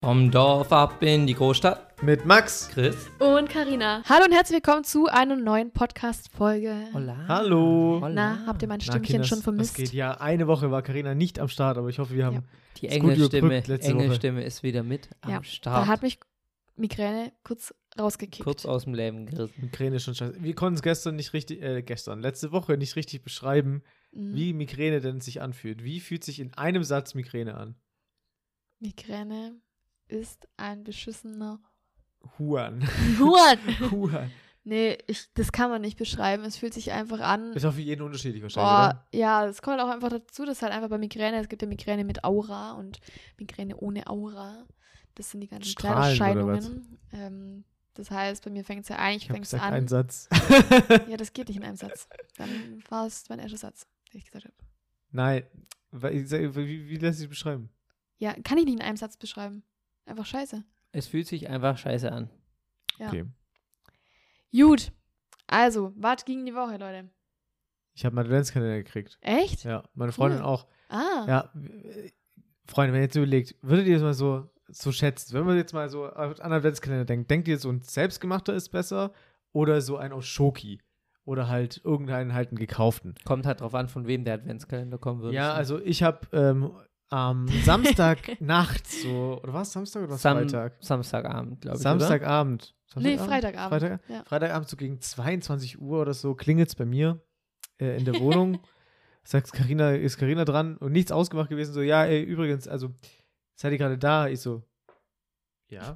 Vom Dorf ab in die Großstadt. Mit Max, Chris und Carina. Hallo und herzlich willkommen zu einer neuen Podcast-Folge. Hola. Hallo. Hola. Na, habt ihr mein Stimmchen Kinders, schon vermisst? Das geht ja. Eine Woche war Carina nicht am Start, aber ich hoffe, wir haben Die es gut überbrückt letzte Woche. Engelstimme ist wieder mit am Start. Da hat mich Migräne kurz rausgekickt. Kurz aus dem Leben gerissen. Migräne ist schon scheiße. Wir konnten es letzte Woche nicht richtig beschreiben, wie Migräne denn sich anfühlt. Wie fühlt sich in einem Satz Migräne an? Migräne ist ein beschissener Huan. Huan. Nee, das kann man nicht beschreiben. Es fühlt sich einfach an. Ist auch für jeden unterschiedlich wahrscheinlich, oder? Ja, es kommt auch einfach dazu, dass halt einfach bei Migräne, es gibt ja Migräne mit Aura und Migräne ohne Aura. Das sind die ganzen Kleiderscheinungen. Das heißt, bei mir fängt es ja eigentlich an. Ein Satz. Ja, das geht nicht in einem Satz. Dann war es mein erster Satz, den ich gesagt habe. Nein. Wie lässt sich beschreiben? Ja, kann ich nicht in einem Satz beschreiben. Einfach scheiße. Es fühlt sich einfach scheiße an. Ja. Okay. Gut. Also, was ging die Woche, Leute? Ich habe meinen Adventskalender gekriegt. Echt? Ja, meine Freundin auch. Ah. Ja, Freunde, wenn ihr jetzt überlegt, würdet ihr das mal so schätzen, wenn man jetzt mal so an Adventskalender denkt ihr, so ein selbstgemachter ist besser oder so ein aus Schoki oder halt irgendeinen halt einen gekauften? Kommt halt drauf an, von wem der Adventskalender kommen würde. Ja, also ich habe am Samstagnacht oder war es Samstag oder Freitag? Samstagabend, glaube ich, Samstagabend. Nee, Freitagabend. Freitagabend so gegen 22 Uhr oder so klingelt es bei mir in der Wohnung. Ist Carina dran und nichts ausgemacht gewesen. So, ja, ey, übrigens, also, seid ihr gerade da? Ich so, ja.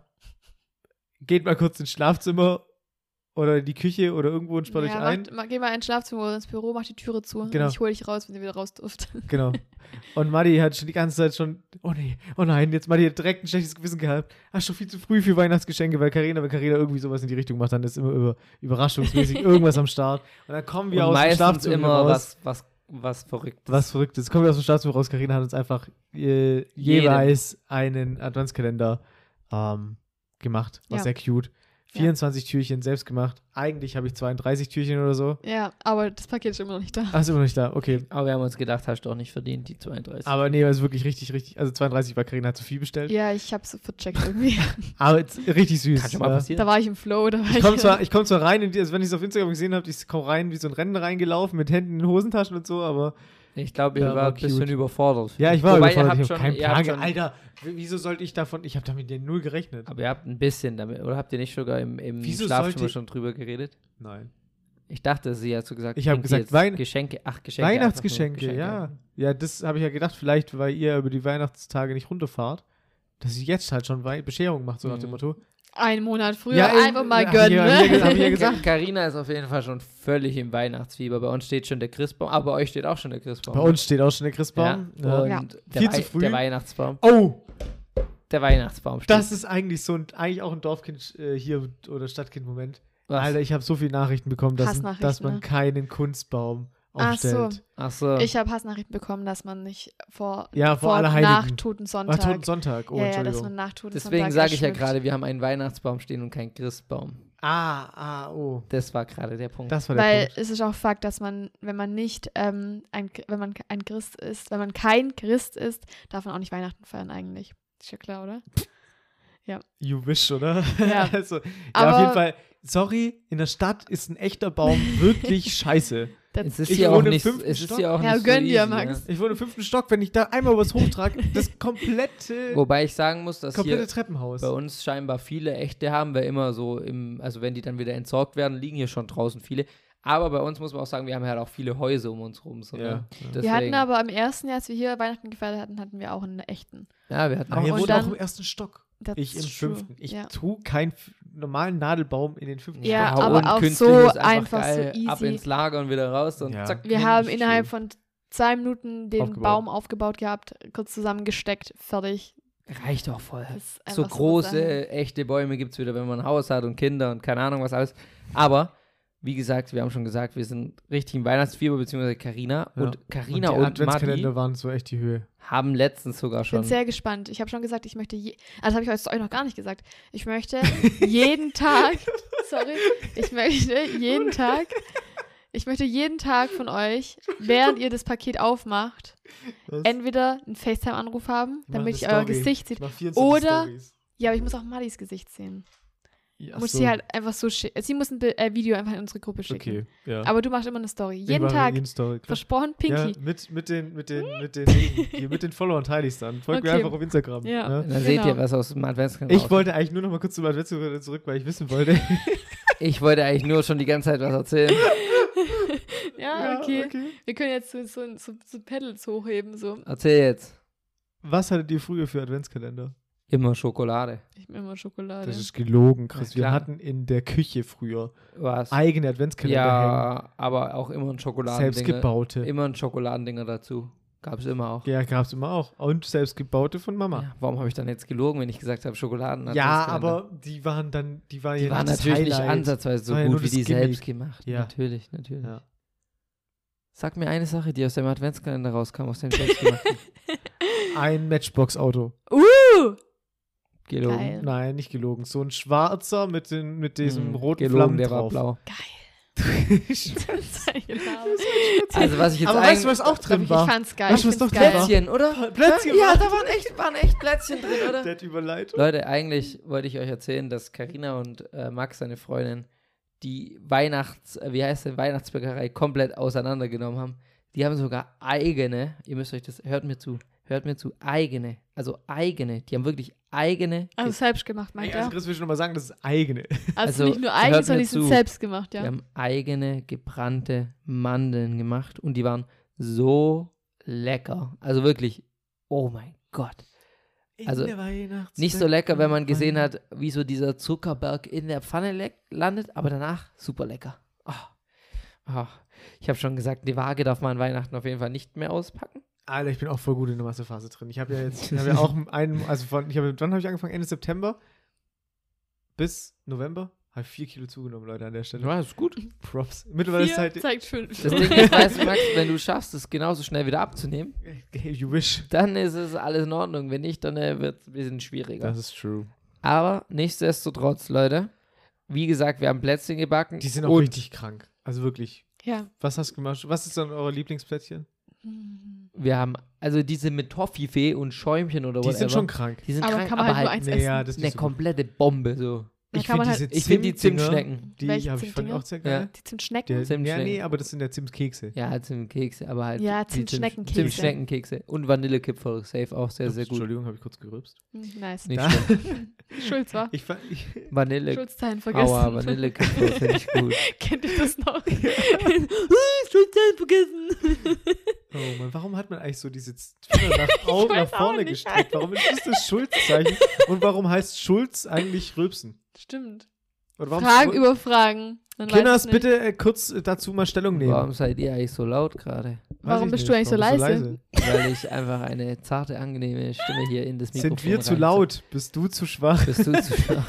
Geht mal kurz ins Schlafzimmer oder in die Küche oder irgendwo und spannt euch ein. Geh mal ins Schlafzimmer oder ins Büro, mach die Türe zu. Genau. Und ich hole dich raus, wenn ihr wieder raus dürft. Genau. Und Madi hat schon die ganze Zeit oh nee, oh nein, jetzt Madi hat direkt ein schlechtes Gewissen gehabt. Schon viel zu früh für Weihnachtsgeschenke, weil wenn Carina irgendwie sowas in die Richtung macht, dann ist immer überraschungsmäßig irgendwas am Start. Und dann kommen wir aus dem Schlafzimmer immer raus. Was Verrücktes. Was Verrücktes. Kommen wir aus dem Schlafzimmer raus. Carina hat uns einfach jeweils einen Adventskalender gemacht. War sehr cute. 24 Türchen selbst gemacht. Eigentlich habe ich 32 Türchen oder so. Ja, aber das Paket ist immer noch nicht da. Ist immer noch nicht da, okay. Aber wir haben uns gedacht, hast du auch nicht verdient, die 32. Aber nee, also wirklich richtig, also 32 war Carina hat zu viel bestellt. Ja, ich habe es vercheckt irgendwie. Aber richtig süß. Kann schon mal passieren. Da war ich im Flow. Ich komme zwar rein, also wenn ich es auf Instagram gesehen habe, ich komme rein wie so ein Rennen reingelaufen mit Händen in den Hosentaschen und so, aber ich glaube, ihr wart ein bisschen überfordert. Ja, ich war überfordert. Ich habe keinen Plan. Alter, wieso sollte ich davon? Ich habe damit ja null gerechnet. Aber ihr habt ein bisschen damit, oder habt ihr nicht sogar im Schlafzimmer schon drüber geredet? Nein. Ich dachte, sie hat so gesagt, ich habe gesagt, Geschenke. Weihnachtsgeschenke, ja. Ja, das habe ich ja gedacht, vielleicht, weil ihr über die Weihnachtstage nicht runterfahrt, dass sie jetzt halt schon Bescherung macht, so nach dem Motto. Einen Monat früher einfach mal gönnen, Hab ich ja gesagt. Carina ist auf jeden Fall schon völlig im Weihnachtsfieber. Bei uns steht schon der Christbaum, aber bei euch steht auch schon der Christbaum. Bei uns steht auch schon der Christbaum. Ja. Und viel zu früh. Der Weihnachtsbaum. Oh! Der Weihnachtsbaum steht. Das ist eigentlich eigentlich auch ein Dorfkind hier oder Stadtkind-Moment. Alter, ich habe so viele Nachrichten bekommen, dass man keinen Kunstbaum aufstellt. Ach so. Ich habe Hassnachrichten bekommen, dass man nicht vor nach Totensonntag. Sonntag. Oh, ja, dass man nach Totensonntag. Deswegen sage ich ja gerade, wir haben einen Weihnachtsbaum stehen und keinen Christbaum. Oh. Das war gerade der Punkt. Weil es ist auch Fakt, dass man, wenn man nicht, wenn man ein Christ ist, wenn man kein Christ ist, darf man auch nicht Weihnachten feiern eigentlich. Ist ja klar, oder? Ja. You wish, oder? Ja. Also, auf jeden Fall, sorry, in der Stadt ist ein echter Baum wirklich scheiße. Es ist hier auch nicht so gönn dir, Max. Ich wohne im 5. Stock, wenn ich da einmal was hochtrage, das komplette Wobei ich sagen muss, dass hier Treppenhaus bei uns scheinbar viele echte haben, weil immer so also wenn die dann wieder entsorgt werden, liegen hier schon draußen viele. Aber bei uns muss man auch sagen, wir haben halt auch viele Häuser um uns rum. So, ja. Wir hatten aber im ersten Jahr, als wir hier Weihnachten gefeiert hatten, hatten wir auch einen echten. Ja, wir hatten auch. Ihr wohnt auch im 1. Stock. Ich im 5. Ich tue keinen normalen Nadelbaum in den 5. Ja, Stock. aber auch so einfach geil, so easy. Ab ins Lager und wieder raus und zack. Wir haben innerhalb von 2 Minuten den Baum aufgebaut gehabt, kurz zusammengesteckt, fertig. Reicht auch voll. So große, echte Bäume gibt es wieder, wenn man ein Haus hat und Kinder und keine Ahnung was alles. Aber wie gesagt, wir haben schon gesagt, wir sind richtig im Weihnachtsfieber, beziehungsweise Carina. Ja. Und Carina und Adventskalender waren so echt die Höhe. Haben letztens sogar schon. Ich bin sehr gespannt. Ich habe schon gesagt, ich möchte das habe ich euch noch gar nicht gesagt. Ich möchte jeden Tag, ich möchte jeden Tag von euch, während ihr das Paket aufmacht, entweder einen FaceTime-Anruf haben, damit ich euer Gesicht sehe, oder Ja, aber ich muss auch Madis Gesicht sehen. Ja, Muss sie halt einfach so schicken. Sie muss ein Video einfach in unsere Gruppe schicken. Okay, ja. Aber du machst immer eine Story. Jeden Tag. Story, Versprochen, Pinky. Ja, mit den Followern teile ich es dann. Folgt mir Okay. einfach auf Instagram. Ja. Dann seht ihr was aus dem Adventskalender. Ich wollte eigentlich nur noch mal kurz zum Adventskalender zurück, weil ich wissen wollte. Ich wollte eigentlich nur schon die ganze Zeit was erzählen. Ja, okay. Wir können jetzt so Pedals hochheben. So. Erzähl jetzt. Was hattet ihr früher für Adventskalender? Immer Schokolade. Ich bin immer Schokolade. Das ist gelogen, Chris. Ja, Wir klar. hatten in der Küche früher Was? eigene Adventskalender hängen. Ja, aber auch immer ein Schokoladendinger. Selbstgebaute. Immer ein Schokoladendinger dazu. Gab es immer auch. Ja, gab es immer auch. Und selbstgebaute von Mama. Ja, warum habe ich dann jetzt gelogen, wenn ich gesagt habe Schokoladen? Ja, aber die waren die ja waren das natürlich nicht Highlight. ansatzweise so War ja nur gut wie das die Gimmick. selbst gemacht. Ja. Natürlich. Ja. Sag mir eine Sache, die aus dem Adventskalender rauskam, aus dem selbstgemachten. Ein Matchbox-Auto. Gelogen. Geil. Nein, nicht gelogen. So ein schwarzer mit diesem roten Gelogen, Flammen der drauf. war blau. Also, Also was ich jetzt Aber weißt du, was auch drin ich war? fand's geil. Weißt du, was Ich doch find's drin geil. war? Plätzchen, oder? Plätzchen Ja, war- da waren echt Plätzchen drin, oder? Der hat Überleitung. Leute, eigentlich wollte ich euch erzählen, dass Carina und Max, seine Freundin, die Weihnachtsbäckerei komplett auseinandergenommen haben. Die haben sogar eigene, ihr müsst euch das, hört mir zu, eigene, die haben wirklich eigene, Also selbst gemacht, meint Also er. Chris will schon nochmal sagen, das ist eigene. Also also, nicht nur hört eigen, mir sondern die sind zu. selbst gemacht, ja. die haben eigene gebrannte Mandeln gemacht und die waren so lecker. Also wirklich, oh mein Gott. Also, Nicht so lecker, wenn man gesehen hat, wie so dieser Zuckerberg in der Pfanne landet, aber danach super lecker. Ich habe schon gesagt, die Waage darf man an Weihnachten auf jeden Fall nicht mehr auspacken. Alter, ich bin auch voll gut in der Massephase drin. Ich habe ja auch wann habe ich angefangen? Ende September bis November habe ich 4 Kilo zugenommen, Leute, an der Stelle. Ja, ist gut. Props. Mittlerweile ist 4 halt, zeigt 5. Das Ding ist, weißt du, Max, wenn du schaffst, es genauso schnell wieder abzunehmen, you wish. dann ist es alles in Ordnung. Wenn nicht, dann wird es ein bisschen schwieriger. Das ist true. Aber nichtsdestotrotz, Leute, wie gesagt, wir haben Plätzchen gebacken. Die sind auch und richtig krank. Also wirklich. Ja. Was hast du gemacht? Was ist dann euer Lieblingsplätzchen? wir haben, also diese mit Toffifee und Schäumchen oder Die whatever. sind schon krank. Die sind Aber krank, kann man aber halt nur halt eins Nee, ja, essen. das ist eine nicht so gut. komplette Bombe so. Da Ich kann man finde halt, diese Ich finde die Zimtdinger, Zimtschnecken. die Welche habe ich fand ich Zimtdinger? auch sehr geil. die Zimtschnecken. Zimtschnecken. Ja, nee, aber das sind ja Zimtkekse. Ja, halt Zimtkekse, aber halt Ja, die Zimtschneckenkekse. Zimtschneckenkekse. Und Vanillekipferl, safe auch sehr, sehr gut. Entschuldigung, habe ich kurz gerülpst. Nice. Nicht Da- schlimm. Schulz war. Ich Vanille, Schulzzeichen vergessen. Aua, Vanillekipferl finde ich gut. Kennt ihr das noch? Schulzzeichen vergessen. Oh Mann, warum hat man eigentlich so diese Finger nach Augen nach weiß auch vorne nicht. gestreckt? Warum ist das Schulzzeichen? Und warum heißt Schulz eigentlich Rülpsen? Stimmt. Oder warum Fragen über Fragen. Man weiß Kinders, es nicht. bitte kurz dazu mal Stellung nehmen. Warum seid ihr eigentlich so laut gerade? Warum Weiß ich bist nicht. du eigentlich so Warum leise? Weil ich einfach eine zarte, angenehme Stimme hier in das Mikrofon Sind wir zu reinziehe. laut? Bist du zu schwach? Bist du zu schwach?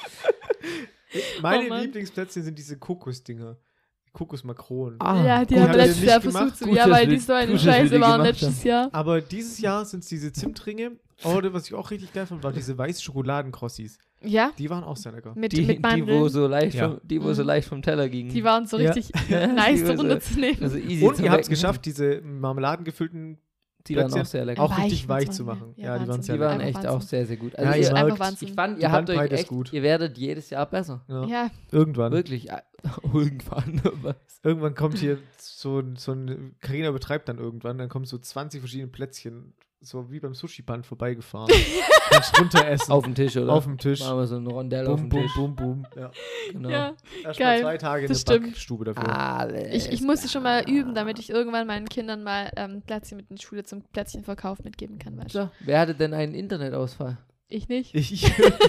Meine Oh Mann. Lieblingsplätzchen sind diese Kokosdinger. Kokosmakronen. Ja, die gut, haben habt ihr letztes nicht Jahr gemacht? versucht zu. Gut, Ja, dass weil wir- die so eine gut, dass wir Scheiße die waren gemacht letztes Jahr. Aber dieses Jahr sind es diese Zimtringe. Oder was ich auch richtig geil fand, war diese weißen Schokoladenkrossis. Ja, Die waren auch sehr lecker. mit Die, Mandeln. wo so leicht Ja. vom, die, wo so Mhm. leicht vom Teller gingen. Die waren so Ja. richtig Die nice war so so- runterzunehmen. also easy Und zu ihr habt es wecken. geschafft, diese marmeladengefüllten Die waren Plätzchen auch sehr lecker. auch Weich richtig weich zu zu machen, machen. ja. Ja, die waren Wahnsinn. sehr Die waren lecker. Einfach echt auch Wahnsinn. sehr, sehr gut. Ja, Also ihr ihr, merkt, einfach Wahnsinn. ich fand, die ihr habt euch Bandbreite ist echt, gut. ihr werdet jedes Jahr besser. Ja. Ja, Irgendwann. Wirklich. Irgendwann. Was? Irgendwann kommt hier so ein Carina betreibt dann irgendwann, dann kommen so 20 verschiedene Plätzchen, so wie beim Sushi-Band vorbeigefahren. Kannst runter essen. Auf dem Tisch, oder? Auf dem Tisch. Machen wir so ein Rondell auf Bum, dem bum, Tisch. bum, bum. Ja. Genau. ja. Erst Geil. mal 2 Tage in Das der stimmt. Backstube dafür. Alles Ich musste schon mal klar. üben, damit ich irgendwann meinen Kindern mal Plätzchen mit in die Schule zum Plätzchenverkauf mitgeben kann. Weißt du? So, wer hatte denn einen Internetausfall? Ich nicht. Ich.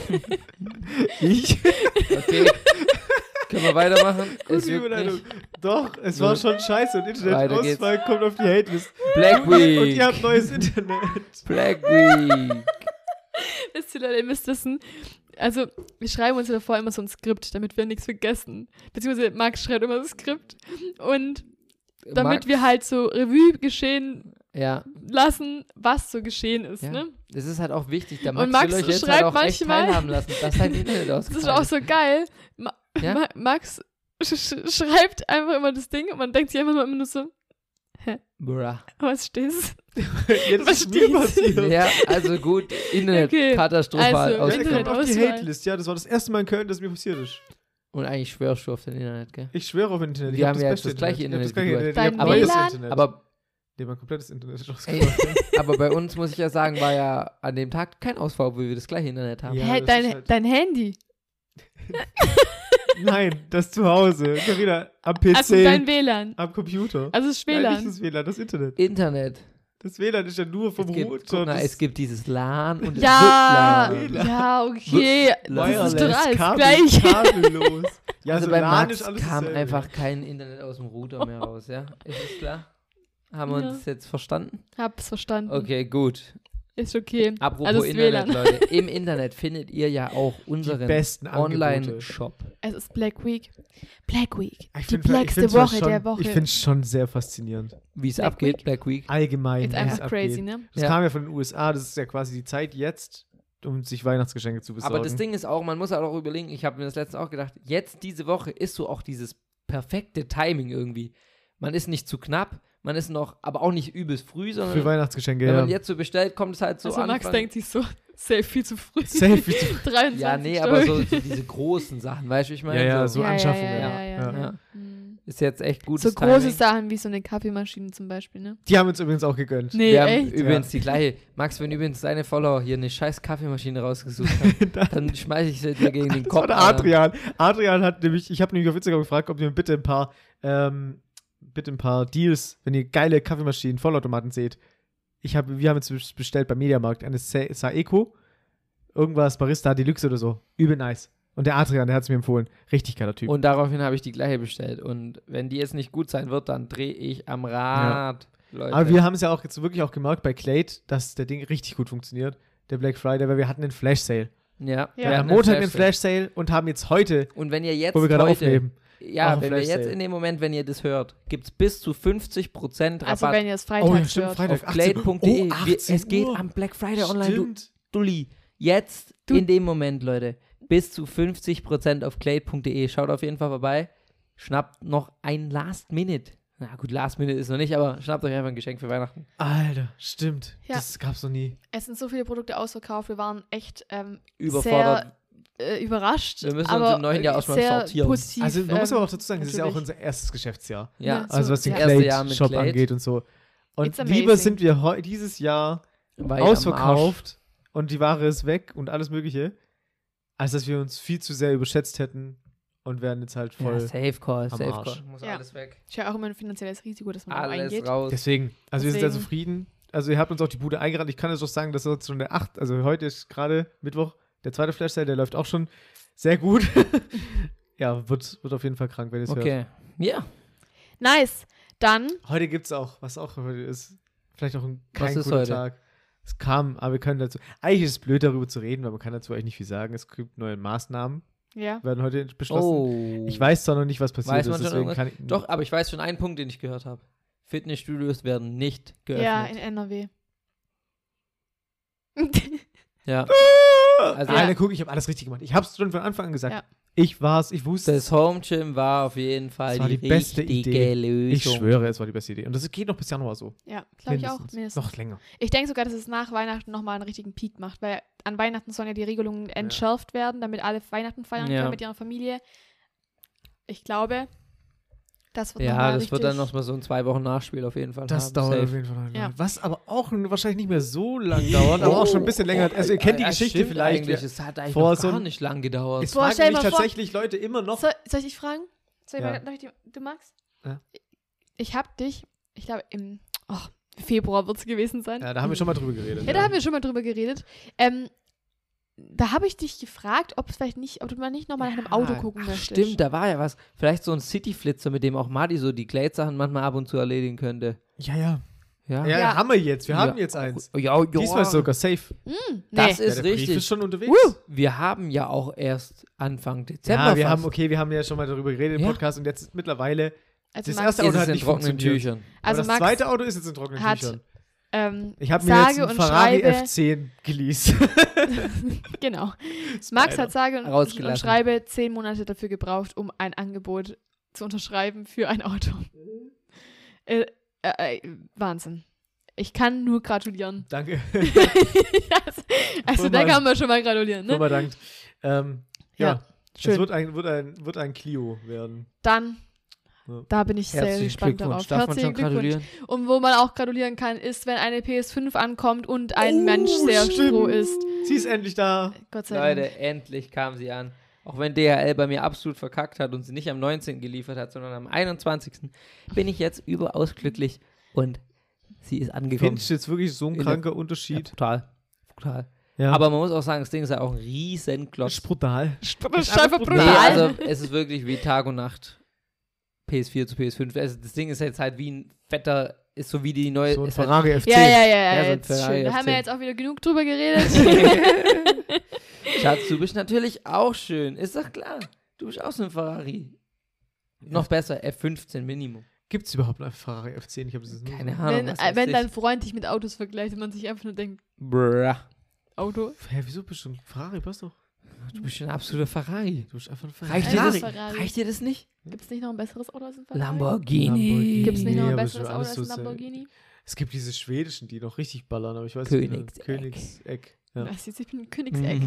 Ich. Okay. Können wir weitermachen? Es Gute juckt Überleitung. nicht. Doch, es war schon scheiße und Weiter Internetausfall kommt auf die Hate-List. Black Und ihr Week. habt neues Internet. Black Week. Wisst ihr, Leute, ihr müsst wissen, also wir schreiben uns ja davor immer so ein Skript, damit wir nichts vergessen. Beziehungsweise Max schreibt immer das Skript. Und damit Max, wir halt so Revue geschehen Ja, lassen, was so geschehen ist, Ja. ne? das ist halt auch wichtig. Der Und Max Max will euch jetzt schreibt halt auch echt manchmal- teilhaben lassen, dass sein Internet Das ist ausgefallen auch so geil. Ja? Max schreibt einfach immer das Ding und man denkt sich einfach nur so, Bruh. Was stehst Jetzt Was ist mir steht's? passiert. Ja, also gut, Internet Okay, katastrophal also, Ja, aus. der Internet kommt auf die Auswahl. Hate-List. Ja, das war das erste Mal in Köln, dass mir passiert ist. Und eigentlich schwörst du auf dein Internet, gell? Ich schwöre auf Internet. Wir Ich hab haben ja jetzt beste das gleiche Ich hab das Internet gleiche wie du. Internet. Dein Ich hab neues WLAN? Internet. Aber, Nee, mein komplettes Internet ist ey, ausgefallen. aber bei uns, muss ich ja sagen, war ja an dem Tag kein Ausfall, wo wir das gleiche Internet haben. Ja, Hä, das ist halt- dein Handy? Nein, das zu Hause. Carina, am PC, Also dein WLAN. am Computer. Also das Nein, nicht WLAN. das WLAN, das Internet. Internet. Das WLAN ist ja nur vom Es gibt, Router. guck mal, das- es gibt dieses LAN und Ja, das WLAN. ja, okay. Das ist doch alles Kabel- gleich. kabellos. Ja, Also so bei LAN Max ist alles kam dasselbe. einfach kein Internet aus dem Router mehr raus, ja? Ist das klar? Haben wir Ja. uns jetzt verstanden? Hab's verstanden. Okay, gut. Ist okay. Apropos Also das Internet, WLAN. Leute. Im Internet findet ihr ja auch unseren besten Angebote. Online-Shop. Es ist Black Week. Black Week. Ich Die find- ich blackste find's was Woche schon, der Woche. Ich finde es schon sehr faszinierend. Wie es Black abgeht, Week. Black Week. Allgemein, ist wie es einfach abgeht. crazy, ne? Das Ja. kam ja von den USA, das ist ja quasi die Zeit jetzt, um sich Weihnachtsgeschenke zu besorgen. Aber das Ding ist auch, man muss halt auch überlegen, ich habe mir das letztens auch gedacht, jetzt diese Woche ist so auch dieses perfekte Timing irgendwie. Man ist nicht zu knapp, man ist noch, aber auch nicht übelst früh, Für sondern Weihnachtsgeschenke, wenn ja. man jetzt so bestellt, kommt es halt so Also Max Anfang. denkt sich so, safe viel zu früh. Safe viel zu 23 Ja, nee, Stück. aber so diese großen Sachen, weißt du, ich meine? Ja, ja, so, so Anschaffungen. Ja. Ja. Hm. ist jetzt echt gutes So große Timing. Sachen wie so eine Kaffeemaschine zum Beispiel, ne? Die haben uns übrigens auch gegönnt. Nee, Wir haben echt? übrigens die gleiche. Max, wenn übrigens deine Follower hier eine scheiß Kaffeemaschine rausgesucht haben, dann schmeiße ich sie dir gegen den Das Kopf. war der Alter. Adrian. Adrian hat nämlich, ich habe nämlich auf Instagram gefragt, ob ihr mir bitte ein paar Deals, wenn ihr geile Kaffeemaschinen, Vollautomaten seht. Wir haben jetzt bestellt beim Mediamarkt eine Saeco, irgendwas Barista Deluxe oder so. Übel nice. Und der Adrian, der hat es mir empfohlen. Richtig geiler Typ. Und daraufhin habe ich die gleiche bestellt. Und wenn die jetzt nicht gut sein wird, dann drehe ich am Rad. Leute. Aber wir haben es ja auch jetzt wirklich auch gemerkt bei Glade, dass der Ding richtig gut funktioniert. Der Black Friday, weil wir hatten einen Flash-Sale. ja, Ja. Wir hatten am Montag einen Flash-Sale und haben jetzt heute, Und wenn ihr jetzt wo wir gerade heute, aufnehmen, ja, auch wenn wir Flash jetzt Sale. in dem Moment, wenn ihr das hört, gibt es bis zu 50% Rabatt Also wenn ihr es Freitag hört. auf glade.de. 18 Es geht Uhr. am Black Friday online, du Stimmt. Dulli. Jetzt, in dem Moment, Leute, bis zu 50% auf glade.de. Schaut auf jeden Fall vorbei. Schnappt noch ein Last Minute. Na gut, Last Minute ist noch nicht, aber schnappt euch einfach ein Geschenk für Weihnachten. Alter, stimmt. Ja. Das gab's noch nie. Es sind so viele Produkte ausverkauft. Wir waren echt Überfordert. sehr überrascht. Wir müssen aber uns im neuen Jahr erstmal sehr sortieren. Positiv, Also man muss aber auch dazu sagen, es ist ja auch natürlich. unser erstes Geschäftsjahr. Ja, Ja. Also was den Ja. Erste Jahr mit Glade-Shop Glade. angeht und so. Und It's lieber amazing. sind wir dieses Jahr war ja am Arsch. ausverkauft und die Ware ist weg und alles mögliche, als dass wir uns viel zu sehr überschätzt hätten und werden jetzt halt voll. Ja, Safe Call, am Safe Arsch. Call. Muss Ja. alles weg. Ist ja auch immer ein finanzielles Risiko, das man auch Alles eingeht. raus. Deswegen, also wir sind sehr Deswegen. zufrieden. Also ihr habt uns auch die Bude eingeladen. Ich kann jetzt auch sagen, dass jetzt schon der 8, also heute ist gerade Mittwoch, der zweite Flash-Sale, der läuft auch schon sehr gut. Ja, wird auf jeden Fall krank, wenn ihr es hört. Okay. Ja. Nice. Dann, Heute gibt es auch, was auch heute ist, vielleicht auch Was kein ist guter heute? Tag. Es kam, aber wir können dazu, eigentlich ist es blöd, darüber zu reden, weil man kann dazu eigentlich nicht viel sagen. Es gibt neue Maßnahmen, ja. werden heute beschlossen. Oh. Ich weiß zwar noch nicht, was passiert Weiß ist, man schon deswegen irgendwas? kann ich... Doch, aber ich weiß schon einen Punkt, den ich gehört habe. Fitnessstudios werden nicht geöffnet. Ja, in NRW. Ja. Also Alter, guck, ich habe alles richtig gemacht. Ich habe es schon von Anfang an gesagt. Ja. Ich wusste es. das Home Gym war auf jeden Fall Das war die die beste richtige Idee. Lösung. Ich schwöre, es war die beste Idee. Und das geht noch bis Januar so. Ja, glaube ich auch. Mindestens. Mindestens. Noch länger. Ich denke sogar, dass es nach Weihnachten nochmal einen richtigen Peak macht, weil an Weihnachten sollen ja die Regelungen entschärft werden, damit alle Weihnachten feiern Ja. können mit ihrer Familie. Ich glaube, das wird Ja, nochmal das richtig... wird dann noch mal so ein 2 Wochen Nachspiel auf jeden Fall Das haben. dauert Safe. auf jeden Fall noch. Ja. Was aber auch wahrscheinlich nicht mehr so lang dauert, aber auch schon ein bisschen länger. Also ihr kennt die Ja, Geschichte stimmt vielleicht. Eigentlich. Es hat eigentlich vor noch so gar ein- nicht lang gedauert. Es Boah, fragen stell mich mal vor- tatsächlich Leute immer noch. Soll ich dich fragen? Ja. Du magst? Ja. Ich habe dich, ich glaube im Februar wird es gewesen sein. Ja, da haben wir schon mal drüber geredet. Ja, da haben wir schon mal drüber geredet. Da habe ich dich gefragt, ob du mal nicht nochmal nach einem Auto gucken Ach, möchtest. stimmt, da war ja was. Vielleicht so ein City-Flitzer, mit dem auch Madi so die Glade-Sachen manchmal ab und zu erledigen könnte. Ja, ja. Ja, Ja, Ja. haben wir jetzt. Wir haben Ja. jetzt eins. ja. Diesmal ist sogar safe. Das Nee. ist der Brief richtig. ist schon unterwegs. Wir haben ja auch erst Anfang Dezember Ja, wir fast. haben ja schon mal darüber geredet im Ja. Podcast und jetzt mittlerweile. Also Das Max, erste ist Auto es hat in nicht trockenen funktioniert. Tüchern. also Aber das Max zweite Auto ist jetzt in trockenen hat, Tüchern. ich Ich habe mir jetzt sage einen und Ferrari schreibe, F10 geleast. genau. Max hat sage und Rausgelassen. schreibe 10 Monate dafür gebraucht, um ein Angebot zu unterschreiben für ein Auto. Wahnsinn. Ich kann nur gratulieren. Danke. also da kann man schon mal gratulieren, ne? Super dankt. Ja, schön. Es wird ein Clio werden. Dann, da bin ich sehr gespannt darauf. Herzlichen Glückwunsch. Und wo man auch gratulieren kann, ist, wenn eine PS5 ankommt und ein Mensch sehr froh ist. Sie ist endlich da. Gott sei Dank. Leute, endlich kam sie an. Auch wenn DHL bei mir absolut verkackt hat und sie nicht am 19. geliefert hat, sondern am 21. bin ich jetzt überaus glücklich und sie ist angekommen. Findest du jetzt wirklich so ein kranker Unterschied? Ja, brutal. Ja. Aber man muss auch sagen, das Ding ist ja auch ein riesen Klotz. Das ist brutal. Das ist einfach brutal. Nee, also es ist wirklich wie Tag und Nacht PS4 zu PS5. Also das Ding ist jetzt halt wie ein fetter, ist so wie die neue... So ein ist Ferrari halt, FC. Ja, so ein jetzt Ferrari schön. Da haben wir FC. jetzt auch wieder genug drüber geredet. Schatz, du bist natürlich auch schön. Ist doch klar. Du bist auch so ein Ferrari. Noch besser, F15 Minimum. Gibt es überhaupt einen Ferrari F10? Ich habe das nur Keine Ahnung. Wenn dein Freund dich mit Autos vergleicht und man sich einfach nur denkt, Bruh. Auto? Hä, wieso bist du ein Ferrari? Passt doch. Du bist ein absoluter Ferrari. Du bist einfach ein Ferrari. Reicht dir das nicht? Gibt es nicht noch ein besseres Auto als ein Ferrari? Lamborghini. Gibt es nicht noch ein aber besseres schon Auto alles als so ein sehr- Lamborghini? Es gibt diese schwedischen, die noch richtig ballern, aber ich weiß Königseck. Königseck. Ja. Was jetzt? Ich bin ein Königseck.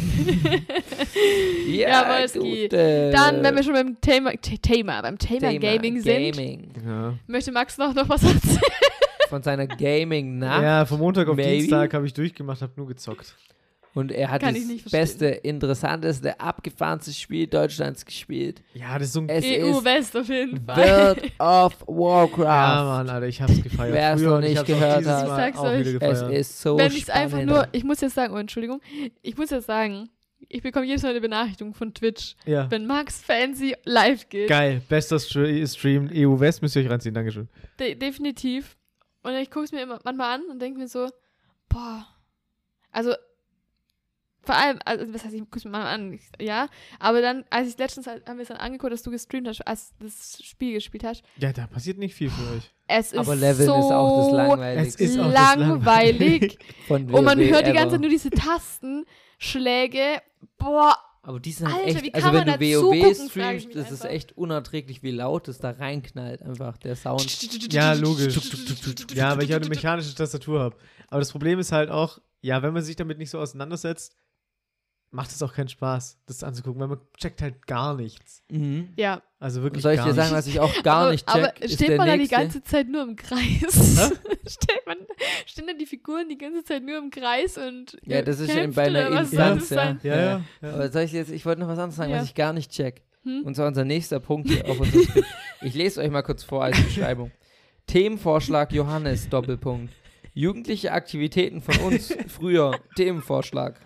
Ja, aber es geht. gut. Dann, wenn wir schon beim Thema Gaming sind, Gaming. Ja. möchte Max noch was erzählen. Von seiner Gaming-Nacht. Ja, von Montag auf Maybe. Dienstag habe ich durchgemacht, habe nur gezockt. Und er hat Kann ich das nicht verstehen. beste, interessanteste, abgefahrenste Spiel Deutschlands gespielt. Ja, das ist so ein... Es EU-West auf jeden Fall. World of Warcraft. Ja, Mann, Alter, ich hab's gefeiert. Wer es Früher noch und ich nicht hab's auch gehört dieses hat. Mal Ich sag's auch euch. wieder Es gefeiert. ist so Wenn ich es spannend. einfach nur, ich muss jetzt sagen, ich bekomme jedes Mal eine Benachrichtigung von Twitch, Ja. wenn Max Fancy live geht. Geil, bester Stream EU West, müsst ihr euch reinziehen, Dankeschön. Definitiv. Und ich gucke es mir immer manchmal an und denke mir so, boah, also vor allem, also was heißt, ich gucke es mir mal an, ja, aber dann, als ich letztens, haben wir es dann angeguckt, dass du gestreamt hast, als das Spiel gespielt hast, Ja, da passiert nicht viel für euch. es ist Aber Leveln so ist auch das Langweiligste. Es ist auch das langweilig von und man WoW hört die ever. ganze Zeit nur diese Tastenschläge, boah, Aber die sind halt Alter, echt, wie also kann wenn man du da WoW zugucken, frage ich streamst, mich das ist einfach. echt unerträglich, wie laut es da reinknallt, einfach der Sound. Ja, logisch. Ja, weil ich auch eine mechanische Tastatur habe. Aber das Problem ist halt auch, ja, wenn man sich damit nicht so auseinandersetzt, macht es auch keinen Spaß, das anzugucken, weil man checkt halt gar nichts. Mhm. ja. Also wirklich Soll ich gar dir sagen, nichts. was ich auch gar nicht check? Aber ist steht der man da die nächste. ganze Zeit nur im Kreis? Stehen da die Figuren die ganze Zeit nur im Kreis und Ja, das ist kämpft bei einer oder was Instanz, soll das sein? Ja. Aber soll ich jetzt, ich wollte noch was anderes sagen, Ja. was ich gar nicht check. Hm? Und zwar unser nächster Punkt hier auf unserem Skript. Ich lese euch mal kurz vor als Beschreibung. Themenvorschlag Johannes, Doppelpunkt. Jugendliche Aktivitäten von uns früher, Themenvorschlag.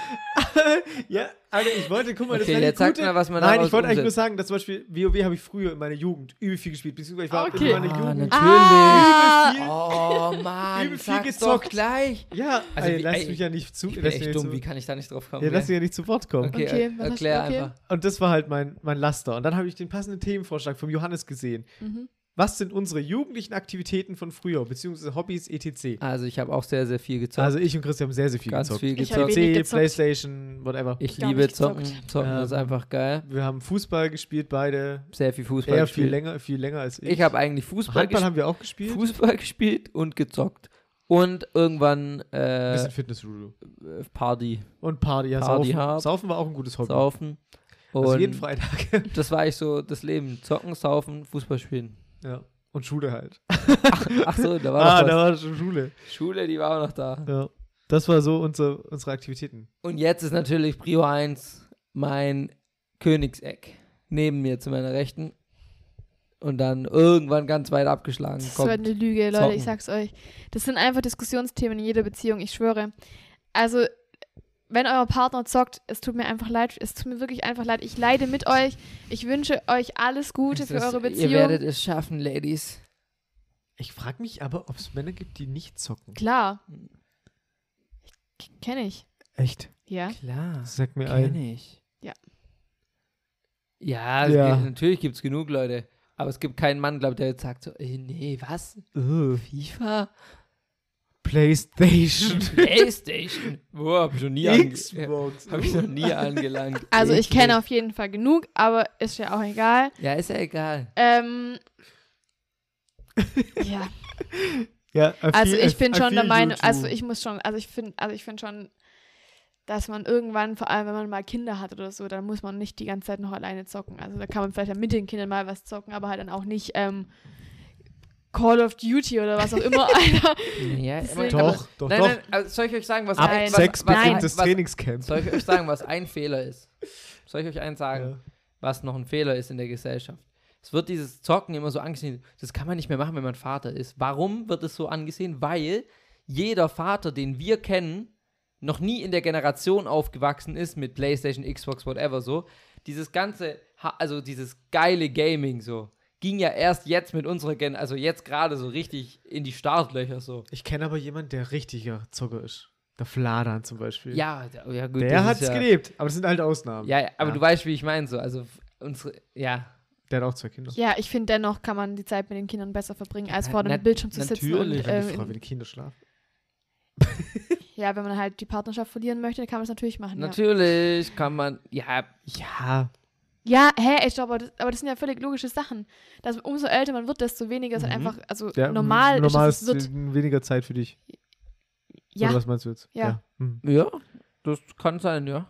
Ja, also ich wollte, guck mal, das Okay, wäre jetzt eine sagt gute... mal, was man Nein, daraus ich wollte eigentlich nur umsetzt. sagen, dass zum Beispiel WoW habe ich früher in meiner Jugend übel viel gespielt, beziehungsweise ich war Okay. in meiner Jugend natürlich. übel viel. Oh Mann, Übel viel sag's gezockt. doch gleich. Ja, Also ey, wie- lass ey, mich ja nicht zu... Ich bin lass mich echt ja dumm, nicht wie kann ich da nicht drauf zu, kommen? ja, lass mich ja nicht zu Wort kommen. Okay, Okay, was hast du- erklär okay. einfach. Und das war halt mein Laster. Und dann habe ich den passenden Themenvorschlag vom Johannes gesehen. Mhm. Was sind unsere jugendlichen Aktivitäten von früher, beziehungsweise Hobbys, etc.? Also ich habe auch sehr, sehr viel gezockt. Also ich und Christian haben sehr, sehr viel ganz gezockt. viel Ich hab gezockt. wenig PC, gezockt. Playstation, whatever. Ich Gar liebe nicht Zocken. gezockt. Zocken ist einfach geil. Wir haben Fußball gespielt, beide. Sehr viel Fußball Eher gespielt. viel länger als ich. Ich habe eigentlich Fußball, Handball haben wir auch gespielt. Fußball gespielt und gezockt. Und irgendwann Bisschen Fitnessstudio. Party, Und Party, ja, Party Saufen. hard. Saufen war auch ein gutes Hobby. saufen. Und Also jeden Freitag. das war eigentlich so das Leben. Zocken, saufen, Fußball spielen. Ja. Und Schule halt. Ach so, da war noch da was. war schon Schule. Schule, die war auch noch da. Ja. Das war so unsere Aktivitäten. Und jetzt ist natürlich Prio 1 mein Königseck. Neben mir zu meiner Rechten. Und dann irgendwann ganz weit abgeschlagen Das ist so kommt. eine Lüge, Leute, Zocken. ich sag's euch. Das sind einfach Diskussionsthemen in jeder Beziehung, ich schwöre. Also, wenn euer Partner zockt, es tut mir einfach leid, es tut mir wirklich einfach leid. Ich leide mit euch. Ich wünsche euch alles Gute für eure Beziehung. Ihr werdet es schaffen, Ladies. Ich frage mich aber, ob es Männer gibt, die nicht zocken. Klar. Kenne ich. Echt? Ja. Klar. Sag mir Kenn ein. ich. Ja. Ja, Ja. natürlich gibt es genug Leute. Aber es gibt keinen Mann, glaube ich, der jetzt sagt so, nee, was? FIFA? PlayStation. Playstation? Wo hab ich noch nie Xbox. Hab ich noch nie angelangt. Also, ich kenne Eklig. auf jeden Fall genug, aber ist ja auch egal. Ja, ist ja egal. Ja. Ja, Also ich bin schon der Meinung, ich finde schon, dass man irgendwann, vor allem wenn man mal Kinder hat oder so, dann muss man nicht die ganze Zeit noch alleine zocken. Also da kann man vielleicht dann mit den Kindern mal was zocken, aber halt dann auch nicht Call of Duty oder was auch immer. Ja, Doch. Nein, also soll ich euch sagen, was Ab ein 6 beginnt das was- Trainingscamp. Soll ich euch sagen, was ein Fehler ist? Soll ich euch eins sagen, Ja. was noch ein Fehler ist in der Gesellschaft? Es wird dieses Zocken immer so angesehen, das kann man nicht mehr machen, wenn man Vater ist. Warum wird es so angesehen? Weil jeder Vater, den wir kennen, noch nie in der Generation aufgewachsen ist mit PlayStation, Xbox, whatever so. Dieses ganze, also dieses geile Gaming so, ging ja erst jetzt mit unserer also jetzt gerade so richtig in die Startlöcher so. Ich kenne aber jemanden, der richtiger Zocker ist. Der Fladan zum Beispiel. Ja gut. Der das hat's ist ja, gelebt, aber das sind halt Ausnahmen. Ja, aber Ja. du weißt, wie ich meine so. Also unsere, ja. Der hat auch 2 Kinder. Ja, ich finde dennoch kann man die Zeit mit den Kindern besser verbringen, als Ja, vor dem Bildschirm zu sitzen. natürlich. Und, Wenn die Frau, wenn die Kinder schlafen. ja, wenn man halt die Partnerschaft verlieren möchte, dann kann man es natürlich machen. Natürlich kann man, ja, Ja, ich glaube, aber das sind ja völlig logische Sachen. Dass umso älter man wird, desto weniger ist halt einfach, also Ja, normal ist, dass es ist weniger Zeit für dich. ja, Oder was meinst du jetzt? Ja. Hm. ja, das kann sein, ja.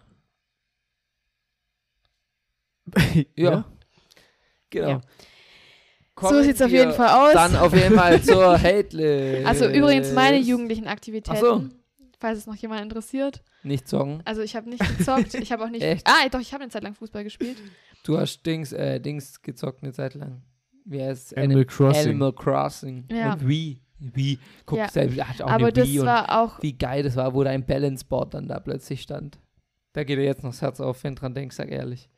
Ja. Genau. Ja. Kommen so sieht es auf wir jeden Fall aus. Dann auf jeden Fall zur Hate-List. Also übrigens meine jugendlichen Aktivitäten, Ach so. falls es noch jemand interessiert. Nicht zocken. Also ich habe nicht gezockt, ich habe auch nicht... Echt? Doch, ich habe eine Zeit lang Fußball gespielt. Du hast Dings gezockt eine Zeit lang. Wie heißt es? Animal Crossing. Animal Crossing. Ja. Und Wii. Guck, Ja. selbst hat auch Aber eine das Wii und war auch... wie geil das war, wo dein Balance-Board dann da plötzlich stand. Da geht dir jetzt noch das Herz auf, wenn du dran denkst, sag ehrlich.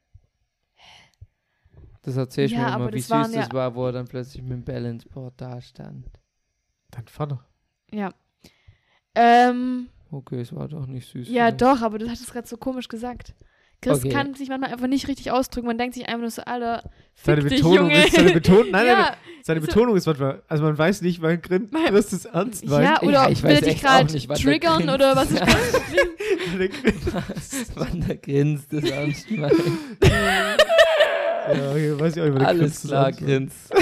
Das erzählst du Ja, mir immer, aber wie das süß waren das ja- war, wo er dann plötzlich mit dem Balance-Board da stand. Dein Vater. Ja. Okay, es war doch nicht süß. Ja, vielleicht. doch, aber du hast es gerade so komisch gesagt. Chris Okay. kann sich manchmal einfach nicht richtig ausdrücken. Man denkt sich einfach nur so, Alter, Seine fick dich, Betonung Junge. ist, seine Betonung, nein, ja, seine so- Betonung ist manchmal, also man weiß nicht, wann Chris das ernst ja, meint. oder Ja, ich will er weiß dich echt auch gerade nicht, was der triggern grinst. oder was ist Ja. das Problem? Wann der grinst, das ernst meint. Ja, okay, weiß ich auch nicht, wann der Alles Chris das klar, ernst meint. grinst.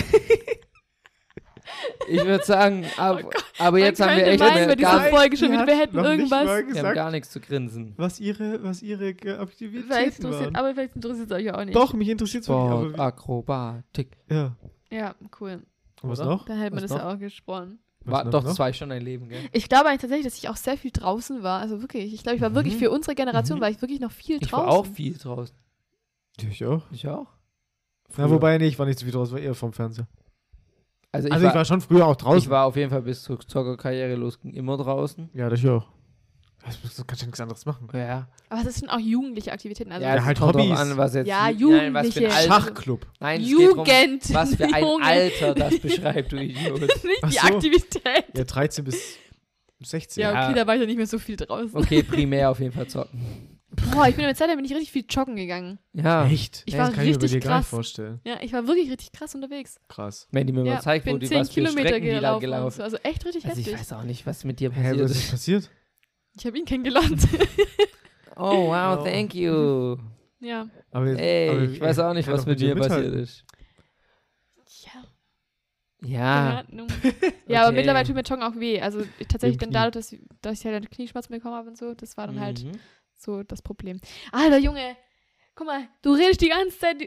Ich würde sagen, aber Man jetzt haben wir könnte echt meinen, bei dieser Nein, Folge schon die wieder, hat wir hätten noch nicht irgendwas. mal wir haben gesagt, gar nichts zu grinsen. was ihre Aktivitäten Vielleicht waren. aber vielleicht interessiert es euch auch nicht. Doch, mich interessiert es wirklich. Sport, Aber Akrobatik. ja. Ja, cool. Und was Oder? noch? Dann hätten wir Was das noch? ja auch gesprochen. Was Doch, noch? das war schon ein Leben, gell? Ich glaube eigentlich tatsächlich, dass ich auch sehr viel draußen war. Also wirklich. Ich glaube, ich war wirklich für unsere Generation, war ich wirklich noch viel Ich draußen. war auch viel draußen. Ich auch. Ich auch. Na, Früher. wobei, nee, ich war nicht so viel draußen, war eher vom Fernseher. Also Ich war schon früher auch draußen. ich war auf jeden Fall bis zur Zockerkarriere losging immer draußen. Ja, das ich auch. Du kannst ja nichts anderes machen. Ja. Aber das sind auch jugendliche Aktivitäten. Also Ja, halt es kommt drauf Hobbys. an, was jetzt. Ja, Nein, was für ein Jugendliche. Alter. Schachclub. Nein, es geht drum, Jugend. was für ein Junge. Alter das beschreibt, du Idiot. Nicht Ach die so. Aktivität. Ja, 13 bis 16. Ja, okay, Ja. da war ich ja nicht mehr so viel draußen. Okay, primär auf jeden Fall zocken. Boah, ich bin in der Zeit, da bin ich richtig viel joggen gegangen. Ja. Echt? Ich Ja, war das kann ich mir bei richtig dir gar nicht krass. vorstellen. Ja, ich war wirklich richtig krass unterwegs. Krass. Wenn die mir Ja, mal zeigt, wo bin die 10 was für Kilometer Strecken die da gelaufen. und gelaufen. so. Also echt richtig Also ich heftig. weiß auch nicht, was mit dir Hä, passiert was ist ist. passiert? Ich habe ihn kennengelernt. Oh, wow, Oh. thank you. ja. Aber jetzt, Ey, aber ich weiß auch nicht, kann was doch mit dir mir passiert mithalten. ist. Ja. Ja. Ja, aber Okay. mittlerweile tut mir Joggen auch weh. Also tatsächlich Im dann Knie. dadurch, dass ich halt Knieschmerzen bekommen habe und so, das war dann halt Mhm. so das Problem. Alter, Junge, guck mal, du redest die ganze Zeit.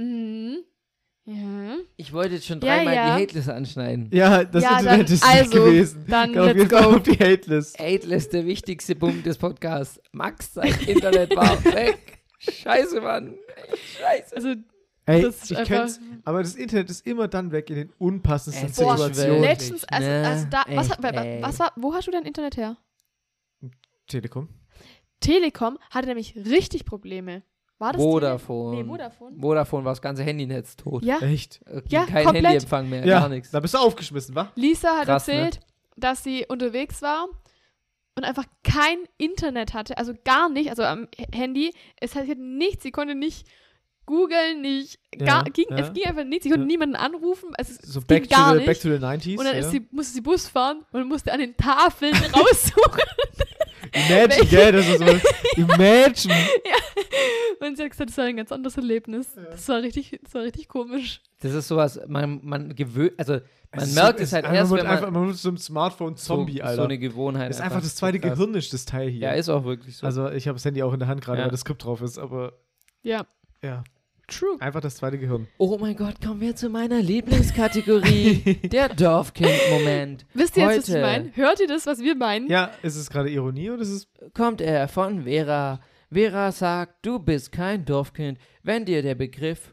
Ja. Ich wollte jetzt schon Ja, dreimal ja. die Hatelist anschneiden. Ja, das Ja, Internet dann- ist also, nicht gewesen. dann Kann auf let's jeden Fall go. auf die Hate-List. Hatelist, der wichtigste Punkt des Podcasts. Max, sein Internet war weg. Scheiße, Mann. Scheiße. Also, Ey, das ist ich einfach. kenn's, aber das Internet ist immer dann weg in den unpassendsten Es Boah, ist Situationen. wirklich, letztens, ne? also da, Echt, ey. wo hast du dein Internet her? Telekom. Telekom hatte nämlich richtig Probleme. War das Vodafone. Nee, Vodafone. Vodafone war das ganze Handynetz tot. Ja, Echt? Ja, Kein komplett. Handyempfang mehr, Ja, gar nichts. da bist du aufgeschmissen, wa? Lisa hat Krass, ne? erzählt, dass sie unterwegs war und einfach kein Internet hatte, also gar nicht, also am Handy. Es hatte nichts, sie konnte nicht googeln, nicht, Ja, es ging einfach nichts, sie konnte Ja. niemanden anrufen, also es So ging gar nicht. back to the 90s. Und dann ja. musste sie Bus fahren und musste an den Tafeln raussuchen. Imagine, gell? Das ist so. Imagine. Und sie hat gesagt, das war ein ganz anderes Erlebnis. Ja. Das war richtig komisch. Das ist sowas, man gewöhnt, also man merkt es halt erst, wenn man nutzt so ein Smartphone-Zombie, Alter. So eine Gewohnheit. Das ist einfach das zweite Gehirn, ist das Teil hier. Ja, ist auch wirklich so. Also ich habe das Handy auch in der Hand gerade, weil das Skript drauf ist, aber ja. True. Einfach das zweite Gehirn. Oh mein Gott, kommen wir zu meiner Lieblingskategorie, der Dorfkind-Moment. Wisst ihr jetzt, was ich meine? Hört ihr das, was wir meinen? Ja, ist es gerade Ironie oder ist es... Kommt er von Vera. Vera sagt, du bist kein Dorfkind, wenn dir der Begriff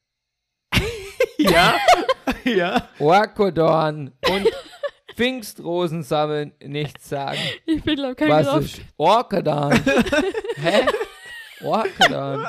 ja. Orkodorn und Pfingstrosen sammeln nichts sagen. Ich bin, glaube ich, kein Was Dorfkind. ist Orkodorn? Hä? Orkodorn.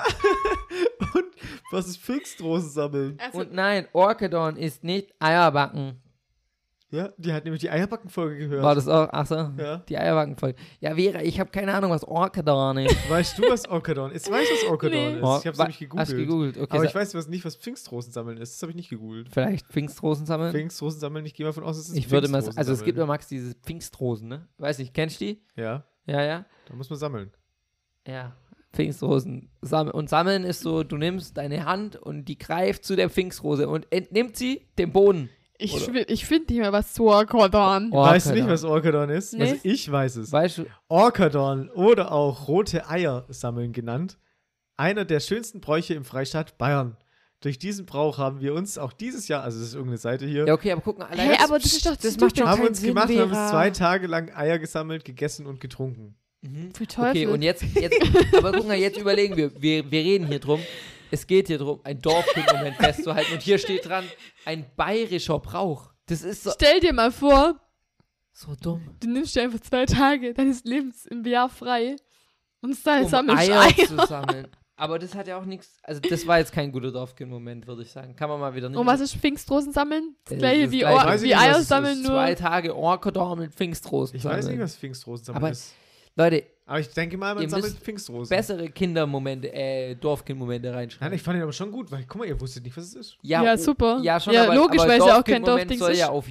Und was ist Pfingstrosen sammeln? Also, Und nein, Orkodorn ist nicht Eierbacken. Ja, die hat nämlich die Eierbacken-Folge gehört. War das auch? Achso, ja. Die Eierbacken-Folge. Ja, Vera, ich habe keine Ahnung, was Orkodorn ist. Weißt du, was Orkodorn ist? Ich weiß, was Orkodorn ist. Ich habe es nämlich gegoogelt. Hast du gegoogelt? Okay, aber ich weiß nicht, was Pfingstrosen sammeln ist. Das habe ich nicht gegoogelt. Vielleicht Pfingstrosen sammeln? Pfingstrosen sammeln, ich gehe mal von aus, es ist Ich würde mal, also es gibt ja, Max, diese Pfingstrosen, ne? Weiß nicht, kennst du die? Ja. Ja. Da muss man sammeln. Ja, Pfingstrosen sammeln. Und sammeln ist so, du nimmst deine Hand und die greift zu der Pfingstrose und entnimmt sie dem Boden. Ich finde nicht mehr, was zu Orkodorn. Weißt du nicht, was Orkodorn ist? Nee. Also ich weiß es. Weißt du? Orkodorn oder auch rote Eier sammeln genannt. Einer der schönsten Bräuche im Freistaat Bayern. Durch diesen Brauch haben wir uns auch dieses Jahr, also das ist irgendeine Seite hier, Ja, okay, aber guck mal, Hey, aber das ist doch das macht schon haben keinen uns Sinn, gemacht, haben Vera. uns 2 Tage lang Eier gesammelt, gegessen und getrunken. Für Teufel. Okay, und jetzt aber guck mal, jetzt überlegen wir reden hier drum, es geht hier drum, ein Dorfkind-Moment festzuhalten und hier steht dran, ein bayerischer Brauch. Das ist so Stell dir mal vor, dumm. du nimmst dir einfach 2 Tage deines Lebens im Jahr frei und sammelst Eier Eier. zu sammeln. Aber das hat ja auch nichts, also das war jetzt kein guter Dorfkind-Moment, würde ich sagen. Kann man mal wieder nicht. Und was ist Pfingstrosen sammeln? Das Das gleiche ist wie, gleich. Weiß ich wie nicht, was Eier es ist. sammeln, nur 2 Tage Orkodorn mit Pfingstrosen Ich sammeln. weiß nicht, was Pfingstrosen sammeln Aber ist. Leute, Aber ich denke mal, man ihr sammelt müsst Pfingstrosen. bessere Kindermomente, Dorfkind-Momente Nein, reinschreiben. ich fand ihn aber schon gut, weil, guck mal, ihr wusstet nicht, was es ist. Ja, super. Ja, schon, Ja, aber, logisch, aber weil es ja auch kein Dorfkind-Moment Dorfdings soll ist. ja auf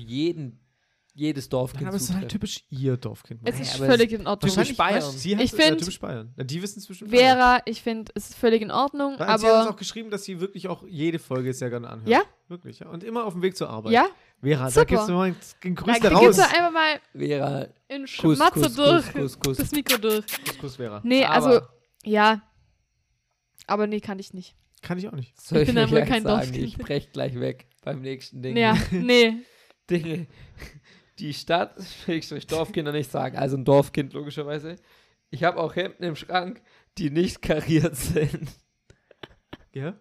jedes Dorfkind Nein, aber es ist halt zutreffen. typisch ihr Dorfkind. Es Ja, ist aber völlig in Ordnung. Typisch Bayern. Sie hat Ich find, typisch Bayern. Na, die wissen es bestimmt. Vera, ich finde, es ist völlig in Ordnung, alle. Sie hat uns aber... auch geschrieben, dass sie wirklich auch jede Folge sehr gerne anhört. Ja? Wirklich, ja. Und immer auf dem Weg zur Arbeit. Ja? Vera, Super. da gibst du mal einen Grüß Da da gibt's raus. doch einfach mal Vera, in Kuss, Schmatze Kuss, durch, Kuss, Kuss. das Mikro durch. Kuss, Vera. Nee, Aber- also, ja. Aber nee, kann ich nicht. Kann ich auch nicht. Soll Ich bin mir ja wohl gleich kein sagen, Dorfkind. ich brech gleich weg beim nächsten Ding. Ja, nee. Dinge, die Stadt, Schrägstrich Dorfkinder nicht sagen. Also ein Dorfkind logischerweise. Ich habe auch Hemden im Schrank, die nicht kariert sind. Ja?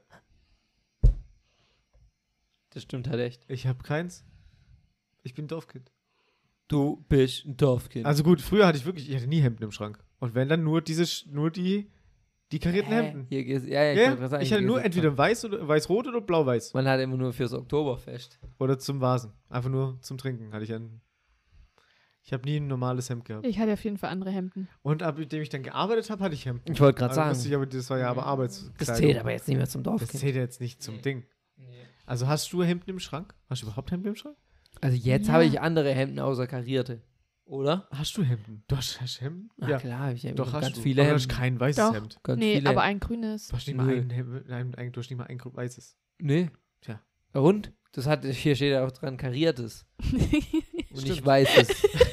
Das stimmt halt echt. Ich habe keins. Ich bin Dorfkind. Du bist ein Dorfkind. Also gut, früher hatte ich hatte nie Hemden im Schrank. Und wenn dann nur die karierten Hemden. Hier geht's, Ja, ich hatte nur entweder weiß-rot oder blau-weiß. Man hat immer nur fürs Oktoberfest. Oder zum Vasen. Einfach nur zum Trinken hatte ich Ich habe nie ein normales Hemd gehabt. Ich hatte auf jeden Fall andere Hemden. Und ab dem ich dann gearbeitet habe, hatte ich Hemden. Ich wollte gerade Also, sagen, das war ja aber Arbeitskleidung. das zählt aber jetzt nicht mehr zum Das Dorfkind. zählt ja jetzt nicht zum Ding. Also hast du Hemden im Schrank? Hast du überhaupt Hemden im Schrank? Also jetzt Ja. habe ich andere Hemden außer karierte. Oder? Hast du Hemden? Du hast Hemden? Na klar, habe ich ja Doch, hast ganz du. viele Aber du hast Hemden. kein weißes Doch. Hemd. Ganz Nee, viele aber Hemden. ein grünes. Du hast nicht mal Nö. ein Hemd, du hast nicht mal ein weißes. Nee. Tja. Und? Das hat, hier steht ja auch dran, kariertes. Und Stimmt. nicht weißes.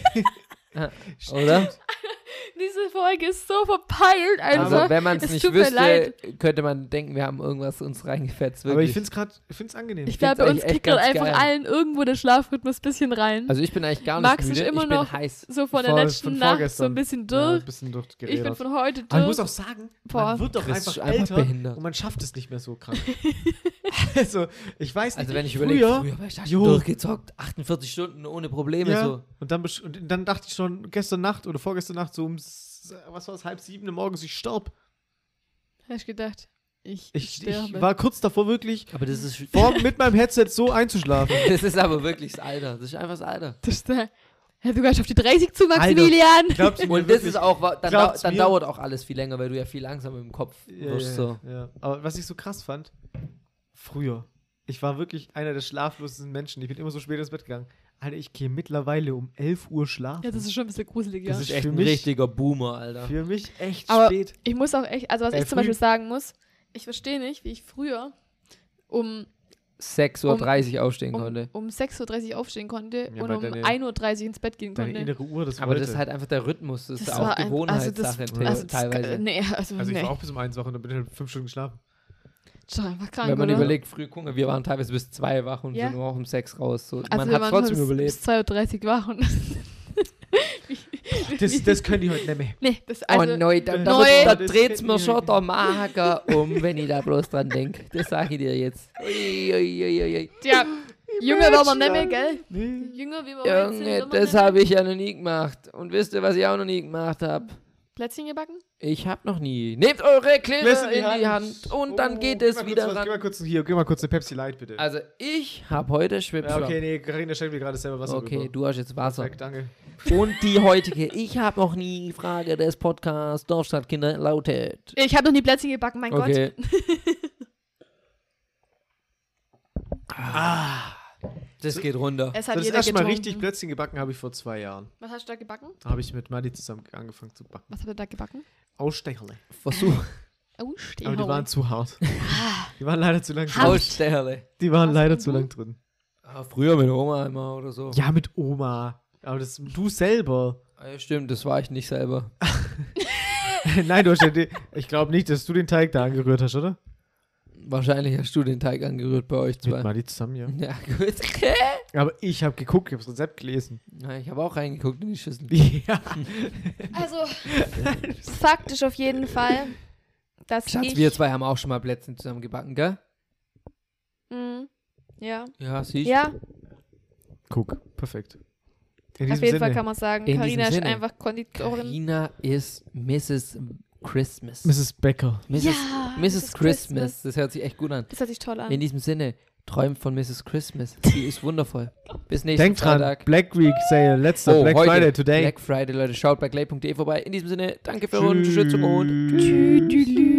Oder? Diese Folge ist so verpeilt einfach. Also wenn man es Es nicht tut mir leid. wüsste, könnte man denken, wir haben irgendwas uns reingefetzt. Aber ich Wirklich. finde es angenehm. Ich glaube, bei find's uns eigentlich kriegt gerade echt einfach geil. allen irgendwo der Schlafrhythmus ein bisschen rein. Also ich bin eigentlich gar nicht Max ist müde, immer ich bin noch heiß. So von der Von letzten Nacht so vorgestern. ein bisschen Ja, durch. ein bisschen Ich bin durchgeredet. von heute Aber ich durch. muss auch sagen, Boah. man wird doch Chris einfach ist einfach älter behindert. und man schafft es nicht mehr so krank. Also, ich weiß nicht. Also wenn ich überlege, früher war ich da schon Jo. durchgezockt, 48 Stunden ohne Probleme ja, so. und dann dachte ich schon gestern Nacht oder vorgestern Nacht so was war es, 6:30 morgens, ich starb. Hast du gedacht, ich Ich sterbe. war kurz davor wirklich, Aber das ist, mit meinem Headset so einzuschlafen. das ist aber wirklich das Alter. Das ist einfach das Alter. Das ist der, ja, du gehst auf die 30 zu, Maximilian. Glaubst du mir Und das wirklich? ist auch, dann Glaubt's mir? dauert auch alles viel länger, weil du ja viel langsamer im Kopf Ja, wirst. So. ja. Aber was ich so krass fand, früher, Ich war wirklich einer der schlaflosesten Menschen. Ich bin immer so spät ins Bett gegangen. Alter, ich gehe mittlerweile um 11 Uhr schlafen. Ja, das ist schon ein bisschen gruselig, ja. Das ist echt ein richtiger Boomer, Alter. Für mich echt Aber spät. ich muss auch echt, also was ich zum Beispiel sagen muss, ich verstehe nicht, wie ich früher um 6:30 Uhr aufstehen konnte. um 6:30 Uhr aufstehen konnte Ja, und weil um deine- 1:30 Uhr ins Bett gehen Deine konnte. innere Uhr, das Aber wollte. das ist halt einfach der Rhythmus. Das ist Das auch war Gewohnheitssache teilweise. Nee, also ich nee. war auch bis um 1 wach und dann bin ich halt 5 Stunden geschlafen. Das ist doch einfach krank, Wenn man oder? überlegt, früh gucken, wir waren teilweise bis 2 wach und Ja. sind nur auch um 6 raus. So, Also man wir hat waren trotzdem bis überlebt. 2:30 Uhr wach und Das könnte ich heute nicht mehr. nee, das also neu, Neu. da Das dreht's kennt mir ihr schon nicht. der Mager wenn ich da bloß dran denke. Das sage ich dir jetzt. Ui, ui, ui, ui. ja, jünger war man nicht mehr, gell? Nee. Jünger wie wir heute sind, Junge, wird man das nicht mehr. habe ich ja noch nie gemacht. Und wisst ihr, was ich auch noch nie gemacht habe? Plätzchen gebacken? Ich habe noch nie. Nehmt eure Gläser Gläser in die Hand und dann geht es wieder ran. Gib mal kurz eine Pepsi Light, bitte. Also, ich habe heute Schwipschwapp. Ja, okay, nee, Carina schenkt mir gerade selber Wasser Okay, rüber. du hast jetzt Wasser. Perfekt, danke. Und die heutige Ich habe noch nie Frage des Podcasts Dorfstadtkinder lautet. Ich habe noch nie Plätzchen gebacken, mein Gott. Okay. Das geht runter. Es hat Das jeder erste Mal getrunken. richtig Plätzchen gebacken habe ich vor 2 Jahren. Was hast du da gebacken? Da habe ich mit Madi zusammen angefangen zu backen. Was habt ihr da gebacken? Ausstecherle. Versuch. Oh, Aber die waren zu hart. Ah. Die waren leider zu lang drin. Aussterle. Die waren Was? leider zu Mhm. lang drin. Früher mit Oma immer oder so. Ja, mit Oma. Aber das du selber. Ja, stimmt, das war ich nicht selber. Nein, du hast ja ich glaube nicht, dass du den Teig da angerührt hast, oder? Wahrscheinlich hast du den Teig angerührt bei euch Mit zwei. Madi zusammen, ja. Ja, gut. Aber ich habe geguckt, ich habe das Rezept gelesen. Na, ich habe auch reingeguckt in die Schüssel. Ja. Also, Fakt ist auf jeden Fall, dass Schatz, ich... wir zwei haben auch schon mal Plätzchen zusammen gebacken, gell? Ja. Ja, siehst Ja, Guck, perfekt. In auf diesem jeden Fall Sinne, kann man sagen, In Carina diesem ist Sinne. einfach Konditorin. Carina ist Mrs. Christmas. Mrs. Becker. Mrs. Christmas. Das hört sich echt gut an. Das hört sich toll an. In diesem Sinne, träumt von Mrs. Christmas. Die ist wundervoll. Bis nächsten Denkt dran, Freitag. Black Week Sale, letzter Black heute. Friday today. Black Friday, Leute. Schaut bei glay.de vorbei. In diesem Sinne, danke für eure Unterstützung und Tschüss. Tschüss.